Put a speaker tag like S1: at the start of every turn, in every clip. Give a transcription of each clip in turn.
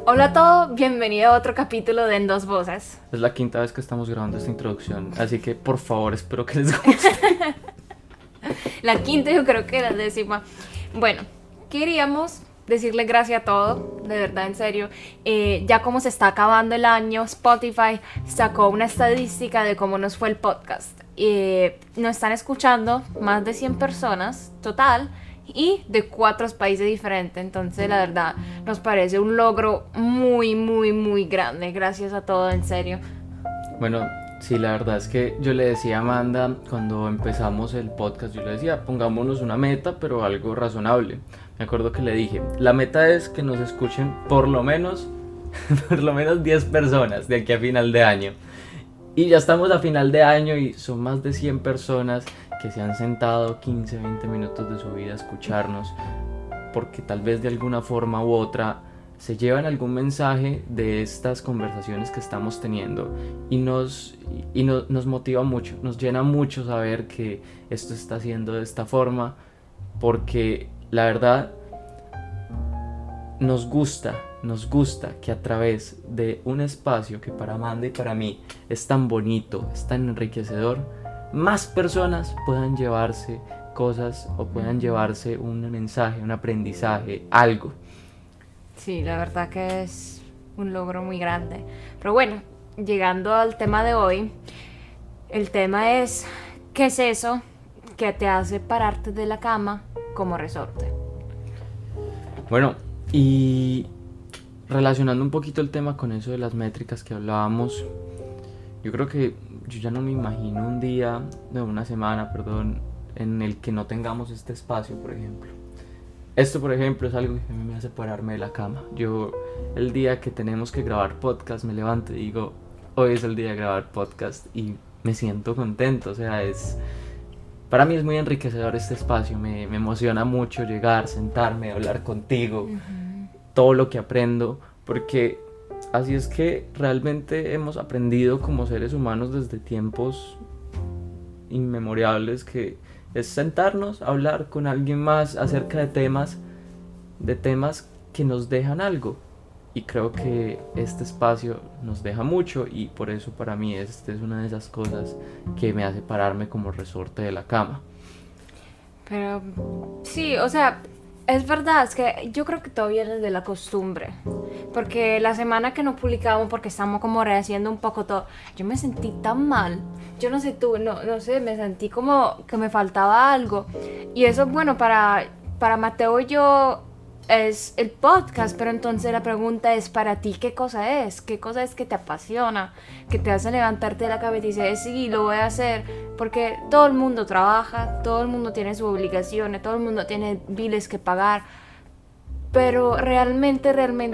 S1: Hola a todos, bienvenido a otro capítulo de En Dos Voces.
S2: Es la quinta vez que estamos grabando esta introducción, así que por favor espero que les guste.
S1: La quinta, yo creo que la décima. Bueno, queríamos decirle gracias a todos, de verdad, en serio. Ya como se está acabando el año, Spotify sacó una estadística de cómo nos fue el podcast. Nos están escuchando más de 100 personas total y de 4 países diferentes. Entonces, la verdad, nos parece un logro muy grande. Gracias a todos, en serio.
S2: Bueno, sí, la verdad es que yo le decía a Amanda cuando empezamos el podcast, yo le decía, pongámonos una meta, pero algo razonable. Me acuerdo que le dije, la meta es que nos escuchen por lo menos 10 personas de aquí a final de año. Y ya estamos a final de año y son más de 100 personas que se han sentado 15, 20 minutos de su vida a escucharnos, porque tal vez de alguna forma u otra se llevan algún mensaje de estas conversaciones que estamos teniendo y nos motiva mucho, nos llena mucho saber que esto se está haciendo de esta forma, porque la verdad nos gusta que a través de un espacio que para Amanda y para mí es tan bonito, es tan enriquecedor, más personas puedan llevarse cosas o puedan llevarse un mensaje, un aprendizaje, algo.
S1: Sí, la verdad que es un logro muy grande. Pero bueno, llegando al tema de hoy, el tema es, ¿qué es eso que te hace pararte de la cama como resorte?
S2: Bueno, y relacionando un poquito el tema con eso de las métricas que hablábamos, yo creo que yo ya no me imagino un día, de una semana, perdón, en el que no tengamos este espacio, por ejemplo. Esto, por ejemplo, es algo que a mí me hace pararme de la cama. Yo, el día que tenemos que grabar podcast, me levanto y digo, hoy es el día de grabar podcast, y me siento contento. O sea, para mí es muy enriquecedor este espacio. Me emociona mucho llegar, sentarme, hablar contigo, todo lo que aprendo, porque así es que realmente hemos aprendido como seres humanos desde tiempos inmemorables, que es sentarnos a hablar con alguien más acerca de temas que nos dejan algo. Y creo que este espacio nos deja mucho, y por eso para mí este es una de esas cosas que me hace pararme como resorte de la cama.
S1: Pero sí, o sea, es verdad, es que yo creo que todo viene de la costumbre. Porque la semana que no publicamos, porque estamos como rehaciendo un poco todo, yo me sentí tan mal. Yo no sé tú, no sé, me sentí como que me faltaba algo. Y eso, bueno, para Mateo y yo es el podcast, pero entonces la pregunta es para ti, ¿qué cosa es? ¿Qué cosa es que te apasiona? Que te hace levantarte de la cabeza y dices, sí, lo voy a hacer. Porque todo el mundo trabaja, todo el mundo tiene sus obligaciones, todo el mundo tiene biles que pagar. Pero realmente,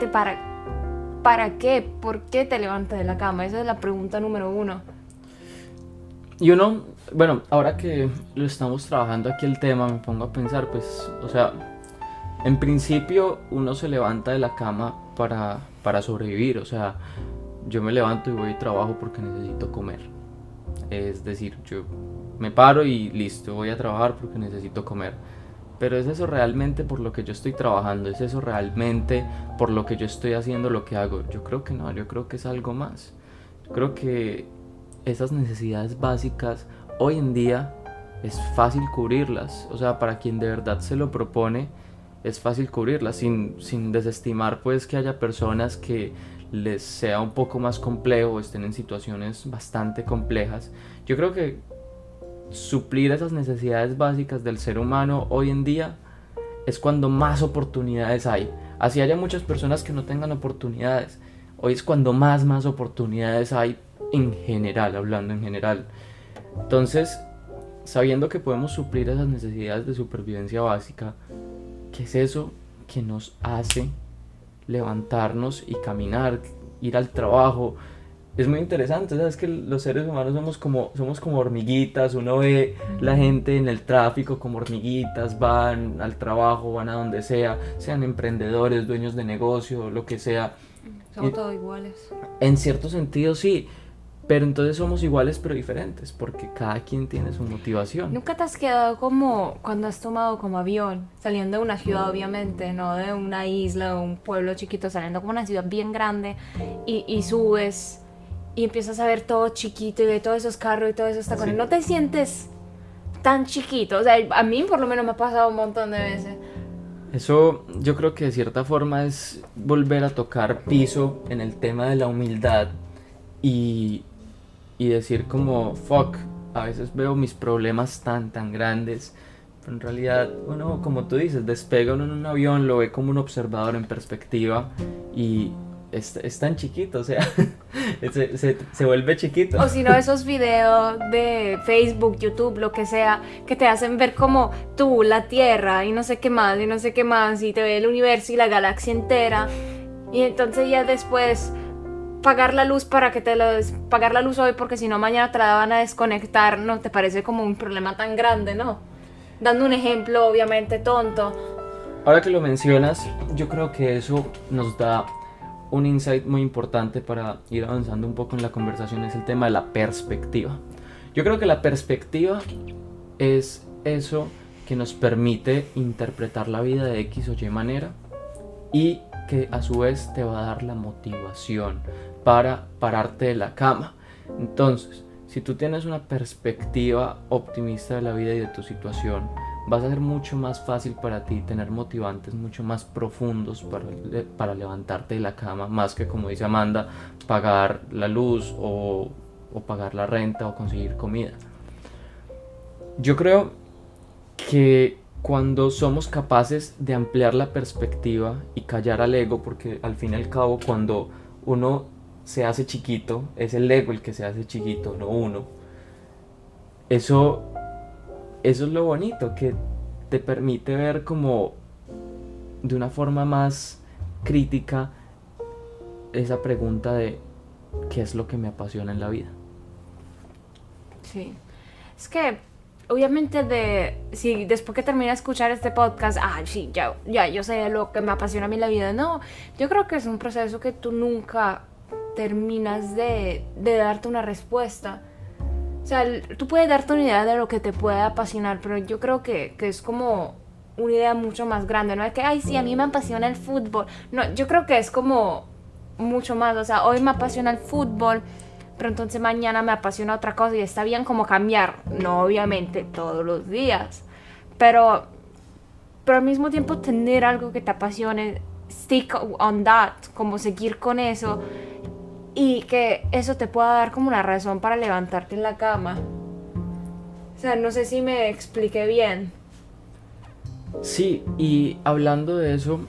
S1: ¿para qué? ¿Por qué te levantas de la cama? Esa es la pregunta número 1.
S2: Y uno, bueno, ahora que lo estamos trabajando aquí el tema, me pongo a pensar, pues, o sea, en principio uno se levanta de la cama para sobrevivir. O sea, yo me levanto y voy a trabajo porque necesito comer. Es decir, yo me paro y listo, voy a trabajar porque necesito comer. Pero ¿es eso realmente por lo que yo estoy trabajando? ¿Es eso realmente por lo que yo estoy haciendo lo que hago? Yo creo que no, yo creo que es algo más. Yo creo que esas necesidades básicas hoy en día es fácil cubrirlas. O sea, para quien de verdad se lo propone, es fácil cubrirlas sin desestimar pues que haya personas que les sea un poco más complejo o estén en situaciones bastante complejas. Yo creo que suplir esas necesidades básicas del ser humano hoy en día es cuando más oportunidades hay. Así haya muchas personas que no tengan oportunidades, hoy es cuando más oportunidades hay en general, hablando en general. Entonces, sabiendo que podemos suplir esas necesidades de supervivencia básica, ¿qué es eso que nos hace levantarnos y caminar, ir al trabajo? Es muy interesante, ¿sabes? Que los seres humanos somos como hormiguitas. Uno ve la gente en el tráfico como hormiguitas, van al trabajo, van a donde sea, sean emprendedores, dueños de negocio, lo que sea.
S1: Somos todos iguales.
S2: En cierto sentido sí, Pero entonces somos iguales pero diferentes, porque cada quien tiene su motivación.
S1: ¿Nunca te has quedado como cuando has tomado como avión, saliendo de una ciudad obviamente, no de una isla o un pueblo chiquito, saliendo como una ciudad bien grande y subes y empiezas a ver todo chiquito y ver todos esos carros y todos esos tacones?
S2: Sí.
S1: ¿No te sientes tan chiquito? O sea, a mí por lo menos me ha pasado un montón de veces.
S2: Eso yo creo que de cierta forma es volver a tocar piso en el tema de la humildad y, y decir como, fuck, a veces veo mis problemas tan grandes, pero en realidad, bueno, como tú dices, despega uno en un avión, lo ve como un observador en perspectiva y es tan chiquito, o sea, se vuelve chiquito.
S1: O si no, esos videos de Facebook, YouTube, lo que sea, que te hacen ver como tú, la Tierra, y no sé qué más, y no sé qué más, y te ve el universo y la galaxia entera. Y entonces ya después pagar la luz para que pagar la luz hoy, porque si no mañana te la van a desconectar, ¿no? Te parece como un problema tan grande, ¿no? Dando un ejemplo obviamente tonto.
S2: Ahora que lo mencionas, yo creo que eso nos da un insight muy importante para ir avanzando un poco en la conversación, es el tema de la perspectiva. Yo creo que la perspectiva es eso que nos permite interpretar la vida de X o Y manera y que a su vez te va a dar la motivación para pararte de la cama. Entonces, si tú tienes una perspectiva optimista de la vida y de tu situación, vas a ser mucho más fácil para ti tener motivantes mucho más profundos para levantarte de la cama, más que, como dice Amanda, pagar la luz o pagar la renta o conseguir comida. Yo creo que cuando somos capaces de ampliar la perspectiva y callar al ego, porque al fin y al cabo cuando uno se hace chiquito, es el ego el que se hace chiquito, no uno. Eso es lo bonito, que te permite ver como de una forma más crítica esa pregunta de ¿qué es lo que me apasiona en la vida?
S1: Sí. Es que, obviamente, si después que termine de escuchar este podcast, sí, ya, yo sé lo que me apasiona a mí en la vida. No, yo creo que es un proceso que tú nunca terminas de darte una respuesta. O sea, tú puedes darte una idea de lo que te puede apasionar, pero yo creo que es como una idea mucho más grande. No es que, ay, sí, a mí me apasiona el fútbol. No, yo creo que es como mucho más. O sea, hoy me apasiona el fútbol, pero entonces mañana me apasiona otra cosa y está bien como cambiar. No, obviamente, todos los días. Pero al mismo tiempo tener algo que te apasione, stick on that, como seguir con eso. Y que eso te pueda dar como una razón para levantarte en la cama. O sea, no sé si me expliqué bien.
S2: Sí, y hablando de eso,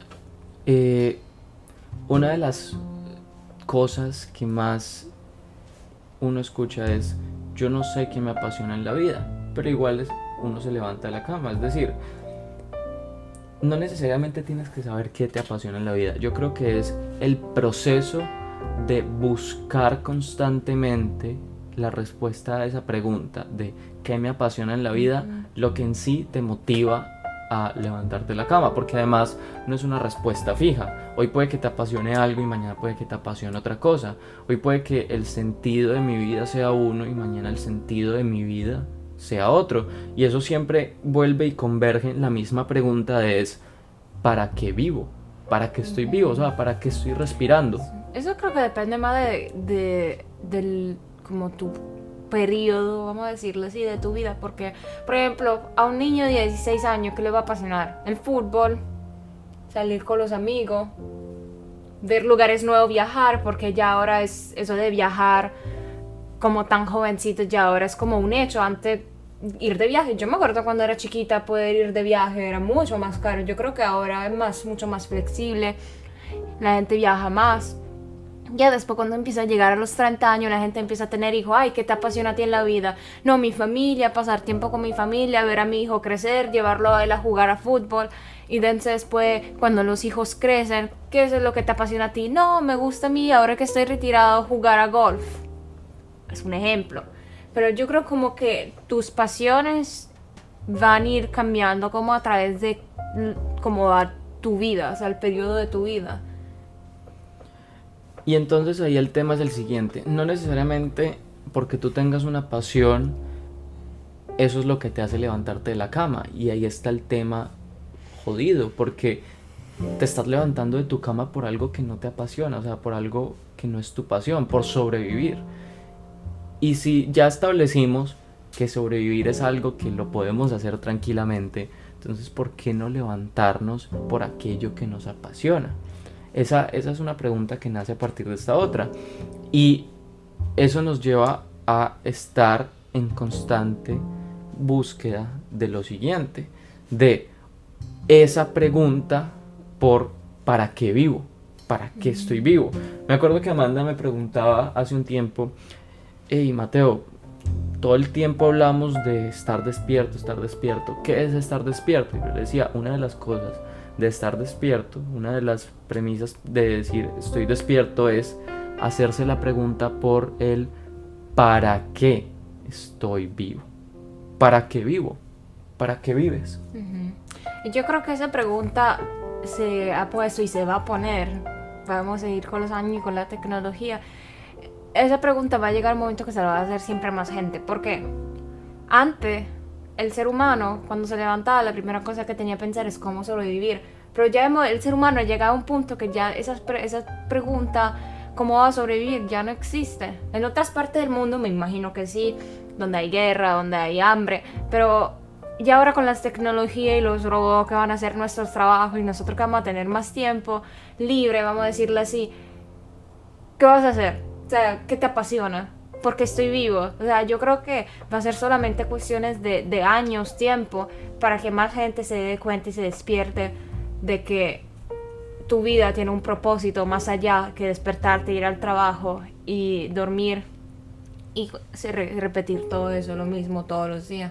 S2: una de las cosas que más uno escucha es: yo no sé qué me apasiona en la vida, pero igual uno se levanta de la cama. Es decir, no necesariamente tienes que saber qué te apasiona en la vida. Yo creo que es el proceso de buscar constantemente la respuesta a esa pregunta de qué me apasiona en la vida, lo que en sí te motiva a levantarte de la cama, porque además no es una respuesta fija. Hoy puede que te apasione algo y mañana puede que te apasione otra cosa. Hoy puede que el sentido de mi vida sea uno y mañana el sentido de mi vida sea otro, y eso siempre vuelve y converge en la misma pregunta de es ¿para qué vivo? ¿Para qué estoy vivo? O sea, ¿para qué estoy respirando?
S1: Eso creo que depende más del como tu periodo, vamos a decirlo así, de tu vida. Porque, por ejemplo, a un niño de 16 años, ¿qué le va a apasionar? El fútbol, salir con los amigos, ver lugares nuevos, viajar, porque ya ahora es eso de viajar como tan jovencito, ya ahora es como un hecho. Antes, ir de viaje, yo me acuerdo cuando era chiquita, poder ir de viaje era mucho más caro. Yo creo que ahora es mucho más flexible, la gente viaja más. Ya después, cuando empieza a llegar a los 30 años, la gente empieza a tener hijos. Ay, ¿qué te apasiona a ti en la vida? No, mi familia, pasar tiempo con mi familia, ver a mi hijo crecer, llevarlo a él a jugar a fútbol. Y después, cuando los hijos crecen, ¿qué es lo que te apasiona a ti? No, me gusta a mí, ahora que estoy retirado, jugar a golf. Es un ejemplo. Pero yo creo como que tus pasiones van a ir cambiando como a través de como a tu vida, o sea, el periodo de tu vida.
S2: Y entonces ahí el tema es el siguiente, no necesariamente porque tú tengas una pasión, eso es lo que te hace levantarte de la cama. Y ahí está el tema jodido, porque te estás levantando de tu cama por algo que no te apasiona, o sea, por algo que no es tu pasión, por sobrevivir. Y si ya establecimos que sobrevivir es algo que lo podemos hacer tranquilamente, entonces ¿por qué no levantarnos por aquello que nos apasiona? Esa es una pregunta que nace a partir de esta otra. Y eso nos lleva a estar en constante búsqueda de lo siguiente, de esa pregunta por ¿para qué vivo? ¿Para qué estoy vivo? Me acuerdo que Amanda me preguntaba hace un tiempo, hey Mateo, todo el tiempo hablamos de estar despierto, estar despierto. ¿Qué es estar despierto? Y yo le decía, una de las cosas de estar despierto, una de las premisas de decir estoy despierto es hacerse la pregunta por el ¿para qué estoy vivo? ¿Para qué vivo? ¿Para qué vives?
S1: Y yo creo que esa pregunta se ha puesto y se va a poner, vamos a ir con los años y con la tecnología, esa pregunta va a llegar un momento que se la va a hacer siempre más gente, porque antes el ser humano cuando se levantaba la primera cosa que tenía que pensar es cómo sobrevivir, pero ya el ser humano ha llegado a un punto que ya esa pregunta cómo va a sobrevivir ya no existe. En otras partes del mundo me imagino que sí, donde hay guerra, donde hay hambre, pero ya ahora con las tecnologías y los robots que van a hacer nuestros trabajos y nosotros que vamos a tener más tiempo libre, vamos a decirle así, ¿qué vas a hacer? O sea, ¿qué te apasiona? Porque estoy vivo. O sea, yo creo que va a ser solamente cuestiones de años, tiempo, para que más gente se dé cuenta y se despierte de que tu vida tiene un propósito más allá que despertarte, ir al trabajo y dormir y repetir todo eso, lo mismo todos los días.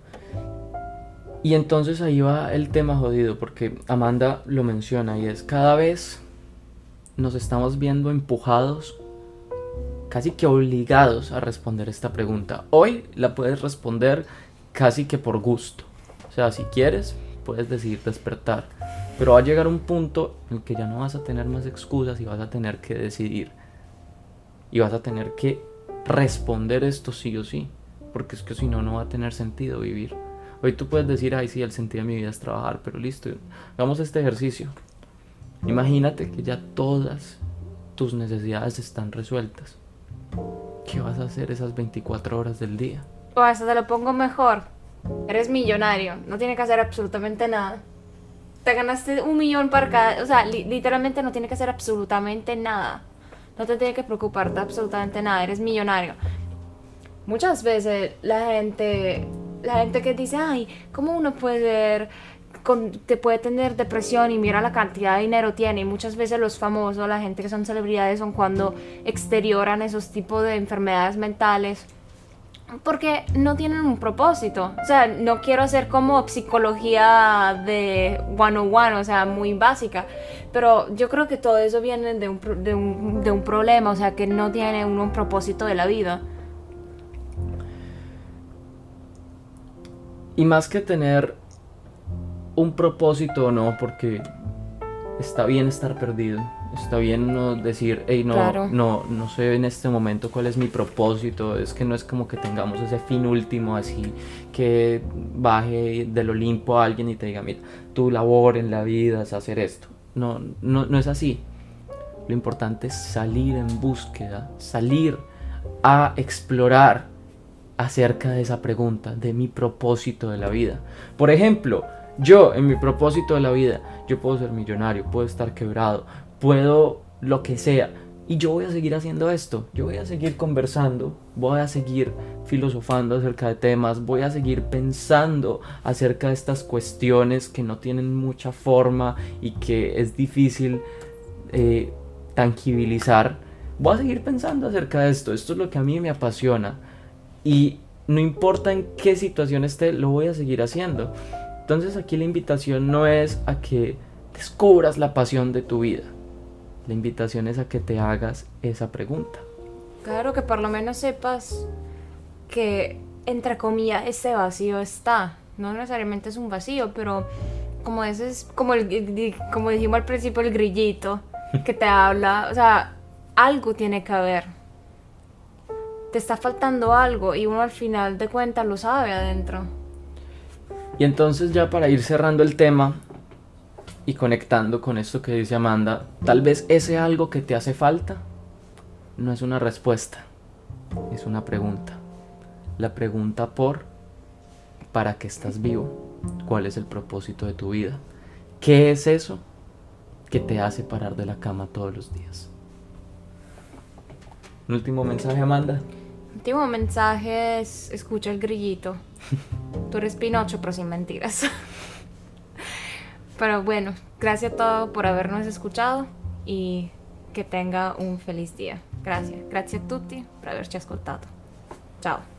S2: Y entonces ahí va el tema jodido, porque Amanda lo menciona y es cada vez nos estamos viendo empujados, casi que obligados a responder esta pregunta. Hoy la puedes responder casi que por gusto, o sea, si quieres puedes decidir despertar, pero va a llegar un punto en el que ya no vas a tener más excusas y vas a tener que decidir y vas a tener que responder esto sí o sí, porque es que si no, no va a tener sentido vivir. Hoy tú puedes decir, ay sí, el sentido de mi vida es trabajar, pero listo, hagamos este ejercicio. Imagínate que ya todas tus necesidades están resueltas. ¿Qué vas a hacer esas 24 horas del día?
S1: O hasta te lo pongo mejor. Eres millonario, no tienes que hacer absolutamente nada. Te ganaste 1 millón para cada... O sea, literalmente no tienes que hacer absolutamente nada. No te tienes que preocupar de absolutamente nada, eres millonario. Muchas veces la gente que dice, ay, ¿cómo uno puede te puede tener depresión y mira la cantidad de dinero tiene? Y muchas veces los famosos, la gente que son celebridades, son cuando exterioran esos tipos de enfermedades mentales porque no tienen un propósito. O sea, no quiero hacer como psicología de 101, o sea, muy básica, pero yo creo que todo eso viene de un problema, o sea, que no tiene un propósito de la vida.
S2: Y más que tener un propósito o no, porque está bien estar perdido, está bien no decir, hey, no, claro, no sé en este momento cuál es mi propósito, es que no es como que tengamos ese fin último así, que baje del Olimpo a alguien y te diga, mira, tu labor en la vida es hacer esto. No es así. Lo importante es salir en búsqueda, salir a explorar acerca de esa pregunta, de mi propósito de la vida. Por ejemplo, yo en mi propósito de la vida, yo puedo ser millonario, puedo estar quebrado, puedo lo que sea, y yo voy a seguir haciendo esto, yo voy a seguir conversando, voy a seguir filosofando acerca de temas, voy a seguir pensando acerca de estas cuestiones que no tienen mucha forma y que es difícil tangibilizar. Voy a seguir pensando acerca de esto es lo que a mí me apasiona. Y no importa en qué situación esté, lo voy a seguir haciendo. Entonces aquí la invitación no es a que descubras la pasión de tu vida. La invitación es a que te hagas esa pregunta.
S1: Claro, que por lo menos sepas que, entre comillas, este vacío está. No necesariamente es un vacío, pero como ese es como dijimos al principio, el grillito que te habla. O sea, algo tiene que haber. Te está faltando algo y uno al final de cuentas lo sabe adentro.
S2: Y entonces ya para ir cerrando el tema y conectando con esto que dice Amanda, tal vez ese algo que te hace falta no es una respuesta, es una pregunta. La pregunta ¿para qué estás vivo? ¿Cuál es el propósito de tu vida? ¿Qué es eso que te hace parar de la cama todos los días? Un último mensaje, Amanda.
S1: El último mensaje es: escucha el grillito. Tú eres Pinocho, pero sin mentiras. Pero bueno, gracias a todos por habernos escuchado y que tenga un feliz día. Grazie a tutti per averci ascoltato. Ciao.